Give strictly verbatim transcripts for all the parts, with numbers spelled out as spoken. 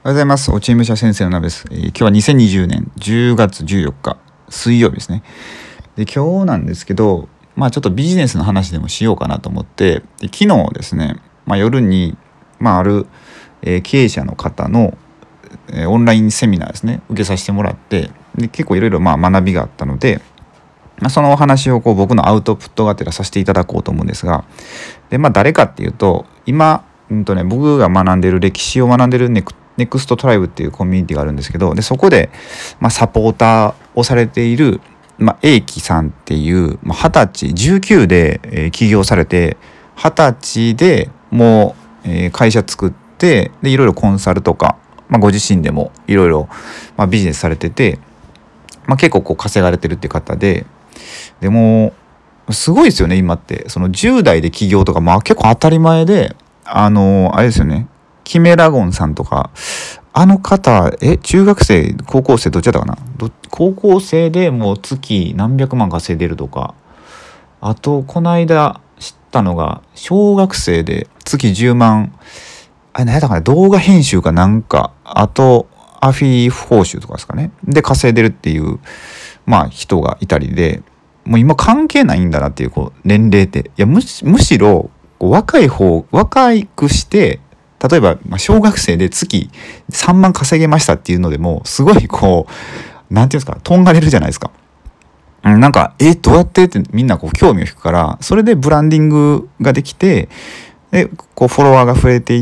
おはようございます。落ち武者先生のなべです、えー、今日はにせんにじゅうねんじゅうがつじゅうよっか水曜日ですね。で今日なんですけど、まあちょっとビジネスの話でもしようかなと思って、で昨日ですね、まあ、夜に、まあ、ある、えー、経営者の方の、えー、オンラインセミナーですね受けさせてもらって、で結構いろいろまあ学びがあったので、まあ、そのお話をこう僕のアウトプットがてらさせていただこうと思うんですが、でまあ誰かっていうと今、うんとね、僕が学んでる歴史を学んでるネクネクストトライブっていうコミュニティがあるんですけど、でそこで、まあ、サポーターをされている、まあ、英樹さんっていうまあ、はたちじゅうきゅうで、えー、起業されてはたちでもう、えー、会社作ってでいろいろコンサルとか、まあ、ご自身でもいろいろビジネスされてて、まあ、結構こう稼がれてるって方で、でもすごいですよね今ってそのじゅう代で起業とか、まあ、結構当たり前で、あのあれですよね、キメラゴンさんとかあの方え中学生高校生どっちだったかな、ど高校生でもう月何百万稼いでるとか、あとこの間知ったのが小学生で月じゅうまん、あれ何やったかな、動画編集かなんか、あとアフィ報酬とかですかねで稼いでるっていうまあ人がいたりで、もう今関係ないんだなっていう、こう年齢って、いやむしむしろ若い方若くして例えば小学生で月さんまん稼げましたっていうのでもすごいこうなんていうんですか、とんがれるじゃないですか。なんかえどうやってってみんなこう興味を引くから、それでブランディングができて、でこうフォロワーが増えていって、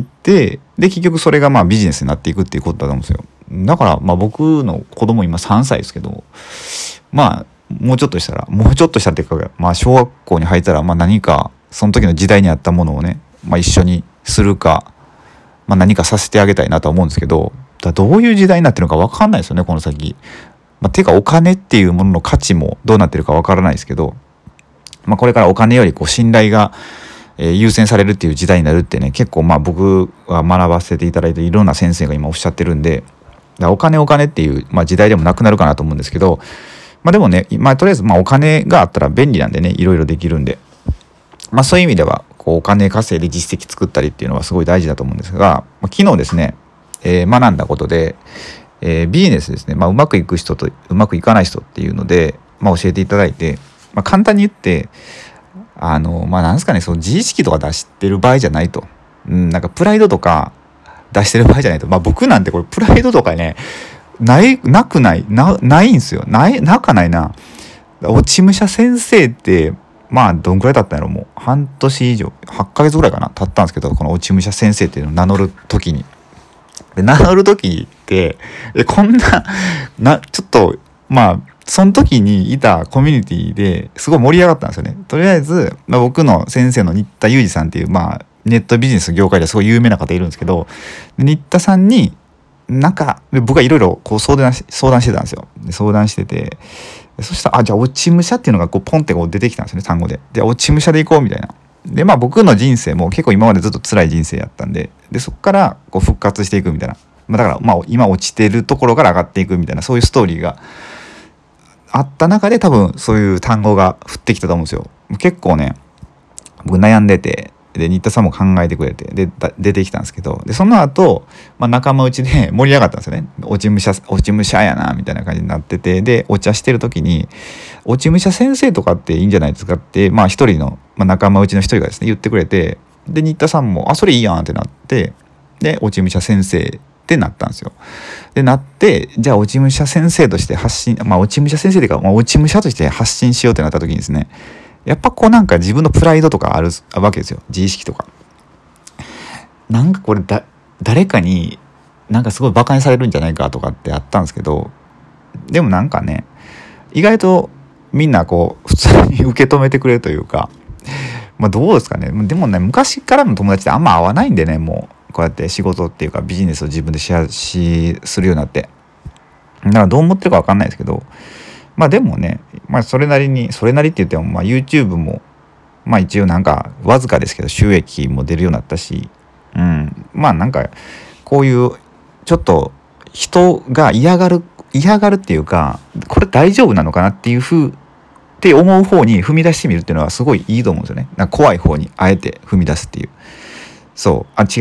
で結局それがまあビジネスになっていくっていうことだと思うんですよ。だからまあ僕の子供今さんさいですけど、まあもうちょっとしたらもうちょっとしたっていうか、まあ小学校に入ったらまあ何かその時の時代に合ったものをね、まあ、一緒にするか、まあ、何かさせてあげたいなとは思うんですけど、だどういう時代になってるのか分かんないですよねこの先。まあ、てかお金っていうものの価値もどうなってるか分からないですけど、まあ、これからお金よりこう信頼が、えー、優先されるっていう時代になるってね、結構まあ僕は学ばせていただいていろんな先生が今おっしゃってるんで、だお金お金っていう、まあ、時代でもなくなるかなと思うんですけど、まあ、でもね、まあ、とりあえずまあお金があったら便利なんでね、いろいろできるんで、まあ、そういう意味ではこうお金稼いで実績作ったりっていうのはすごい大事だと思うんですが、まあ、昨日ですね、えー、学んだことで、えー、ビジネスですね、まあ、うまくいく人とうまくいかない人っていうので、まあ、教えていただいて、まあ、簡単に言ってあのまあなんですかね、その自意識とか出してる場合じゃないと、うん、なんかプライドとか出してる場合じゃないと、まあ僕なんてこれプライドとかねないなくないなないんですよ、ないなかないな。落ち武者先生ってまあどんくらい経ったんやろ、もう半年以上はっかげつぐらいかな経ったんですけど、この落ち武者先生っていうのを名乗る時に、で名乗る時ってえこんななちょっとまあその時にいたコミュニティですごい盛り上がったんですよね。とりあえず、まあ、僕の先生の新田裕二さんっていう、まあ、ネットビジネス業界ですごい有名な方いるんですけど、新田さんになんか僕はいろいろこう相談し相談してたんですよ。で相談してて、そしたらあじゃあ落ち武者っていうのがこうポンってこう出てきたんですよね、単語で。で落ち武者でいこうみたいな。でまあ僕の人生も結構今までずっと辛い人生やったんで、でそこからこう復活していくみたいな、まあ、だからまあ今落ちてるところから上がっていくみたいな、そういうストーリーがあった中で多分そういう単語が降ってきたと思うんですよ。結構ね僕悩んでて、で新田さんも考えてくれて、で出てきたんですけど、でその後、まあ、仲間内で盛り上がったんですよね。落ち武者落ち武者やなみたいな感じになってて、でお茶してる時に落ち武者先生とかっていいんじゃないですかってまあ一人の、まあ、仲間内の一人がですね言ってくれて、で新田さんもあそれいいやんってなって、で落ち武者先生ってなったんですよ。でなって、じゃあ落ち武者先生として発信、まあ落ち武者先生というか、まあ、落ち武者として発信しようってなった時にですね、やっぱこうなんか自分のプライドとかあるわけですよ、自意識とか。なんかこれだ誰かになんかすごいバカにされるんじゃないかとかってあったんですけど、でもなんかね意外とみんなこう普通に受け止めてくれるというか、まあどうですかね。でもね昔からの友達ってあんま合わないんでね、もうこうやって仕事っていうかビジネスを自分でシェアしするようになって、だからどう思ってるか分かんないですけど、まあでもね、まあそれなりにそれなりって言っても、まあ YouTube もまあ一応なんかわずかですけど収益も出るようになったし、うん、まあなんかこういうちょっと人が嫌がる嫌がるっていうか、これ大丈夫なのかなっていうふうって思う方に踏み出してみるっていうのはすごいいいと思うんですよね。なんか怖い方にあえて踏み出すっていう。そうあ違うわ、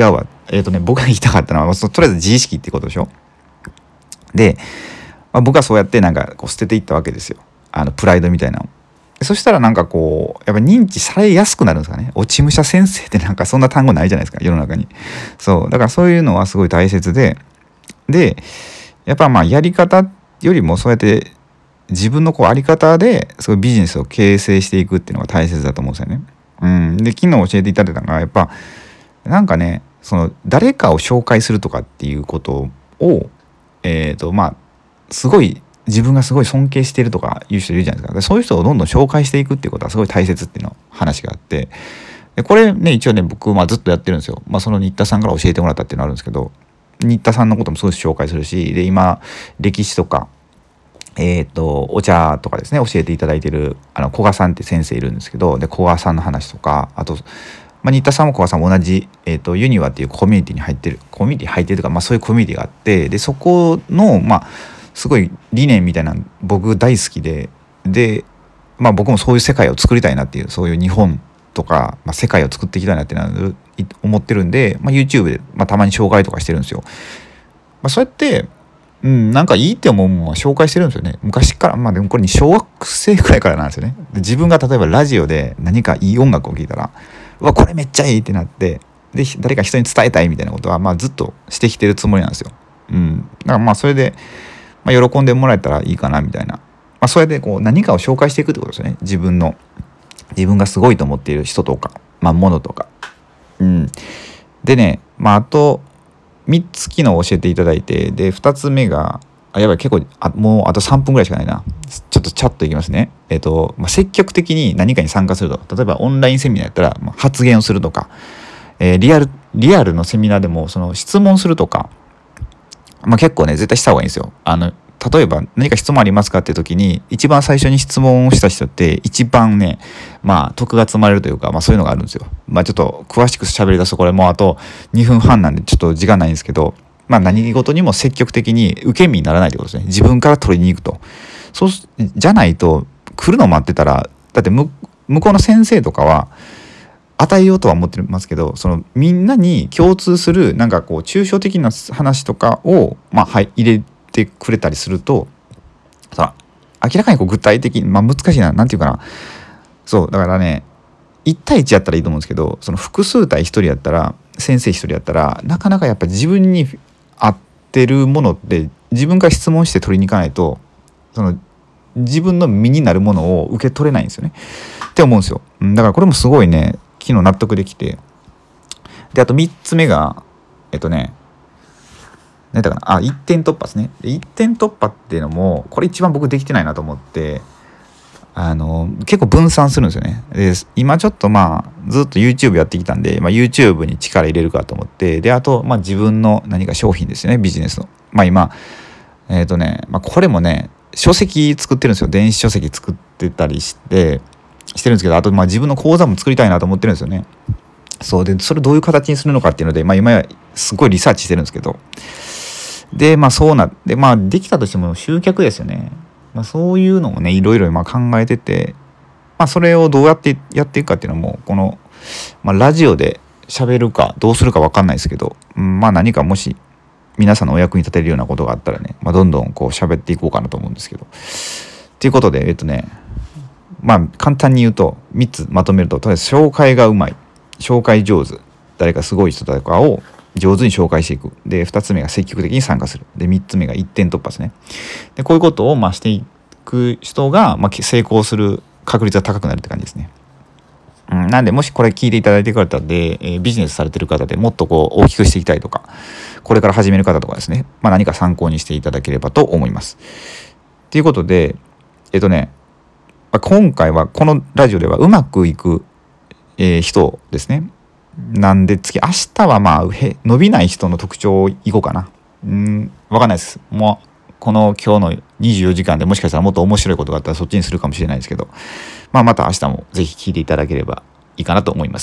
えっ、とね僕が言いたかったのはとりあえず自意識ってことでしょ。で、まあ、僕はそうやってなんかこう捨てていったわけですよ、あのプライドみたいなの。そしたらなんかこうやっぱ認知されやすくなるんですかね。落ち武者先生ってなんかそんな単語ないじゃないですか世の中に。そうだからそういうのはすごい大切で、でやっぱまあやり方よりもそうやって自分のこうあり方ですごいビジネスを形成していくっていうのが大切だと思うんですよね。うん、で昨日教えていただいたのがやっぱなんかね、その誰かを紹介するとかっていうことをえっ、とまあすごい自分がすごい尊敬しているとかいう人いるじゃないですか。でそういう人をどんどん紹介していくっていうことはすごい大切っていうの話があって、でこれね一応ね僕まあずっとやってるんですよ。まあその新田さんから教えてもらったっていうのがあるんですけど、新田さんのこともすごい紹介するし、で今歴史とかえっ、とお茶とかですね教えていただいてるあの古賀さんって先生いるんですけど、で古賀さんの話とか、あとまあ、新田さんも古賀さんも同じ、えー、とユニバっていうコミュニティに入ってるコミュニティ入ってるというか、まあ、そういうコミュニティがあって、でそこのまあすごい理念みたいな僕大好きで、で、まあ、僕もそういう世界を作りたいなっていう、そういう日本とか、まあ、世界を作っていきたいなっていうのは思ってるんで、まあ、YouTube で、まあ、たまに紹介とかしてるんですよ。まあ、そうやってうん、なんかいいって思うものは紹介してるんですよね。昔から、まあでもこれに小学生くらいからなんですよね。で自分が例えばラジオで何かいい音楽を聴いたら、うわこれめっちゃいいってなって、で誰か人に伝えたいみたいなことはまあずっとしてきてるつもりなんですよ。うん。だからまあそれで、まあ、喜んでもらえたらいいかなみたいな。まあそうやってこう何かを紹介していくってことですよね。自分の自分がすごいと思っている人とか、まあ物とか。うん。でね、まああとみっつ機能を教えていただいて、でふたつめがあやばい結構あもうあとさんぷんぐらいしかないな。ちょっとチャッといきますね。えっ、と、まあ、積極的に何かに参加すると、例えばオンラインセミナーやったら、まあ、発言をするとか、えー、リアルリアルのセミナーでもその質問するとか、まあ、結構ね絶対した方がいいんですよ。あの例えば何か質問ありますかっていう時に一番最初に質問をした人って一番ねまあ得が積まれるというか、まあ、そういうのがあるんですよ。まあちょっと詳しく喋り出すとこれもうあとにふんはんなんでちょっと時間ないんですけど、まあ何事にも積極的に受け身にならないということですね。自分から取りに行くと。そうじゃないと来るの待ってたら、だって向こうの先生とかは与えようとは思ってますけど、そのみんなに共通するなんかこう抽象的な話とかをまあ、はい、入れてくれたりすると、その明らかにこう具体的に、まあ、難しいな、なんていうかな、そうだからねいち対いちやったらいいと思うんですけど、その複数対ひとりやったら先生ひとりやったらなかなかやっぱ自分に合ってるものって自分から質問して取りに行かないと、その自分の身になるものを受け取れないんですよねって思うんですよ。だからこれもすごいね昨日納得できて、であとみっつめがえっとね何だかなあ一点突破ですね。で一点突破っていうのもこれ一番僕できてないなと思って、あの結構分散するんですよね。で今ちょっとまあずっと YouTube やってきたんで、まあ、YouTube に力入れるかと思って、であとまあ自分の何か商品ですよね、ビジネスの。まあ今えっとね、まあ、これもね書籍作ってるんですよ。電子書籍作ってたりしてしてるんですけど、あとまあ自分の講座も作りたいなと思ってるんですよね。そうでそれどういう形にするのかっていうので、まあ、今やすごいリサーチしてるんですけど、でまあそうなってまあできたとしても集客ですよね。まあ、そういうのをねいろいろ今考えてて、まあ、それをどうやってやっていくかっていうのもこの、まあ、ラジオで喋るかどうするか分かんないですけど、うん、まあ何かもし皆さんのお役に立てるようなことがあったらね、まあ、どんどんこう喋っていこうかなと思うんですけど、ということでえっとねまあ簡単に言うとみっつまとめると、とりあえず紹介がうまい、紹介上手、誰かすごい人とかを上手に紹介していく。でふたつめが積極的に参加する。でみっつめが一点突破ですね。でこういうことをまあしていく人が、まあ、成功する確率が高くなるって感じですね。うん、なんでもしこれ聞いていただいている方で、えー、ビジネスされてる方でもっとこう大きくしていきたいとか、これから始める方とかですね、まあ、何か参考にしていただければと思います。ということでえっとね今回はこのラジオではうまくいく、えー、人ですね。なんで次明日はまあ伸びない人の特徴をいこうかな。うん分かんないです。もうこの今日のにじゅうよじかんでもしかしたらもっと面白いことがあったらそっちにするかもしれないですけど、まあまた明日もぜひ聞いていただければいいかなと思います。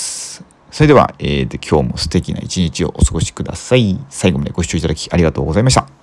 それでは、えー、今日も素敵な一日をお過ごしください。最後までご視聴いただきありがとうございました。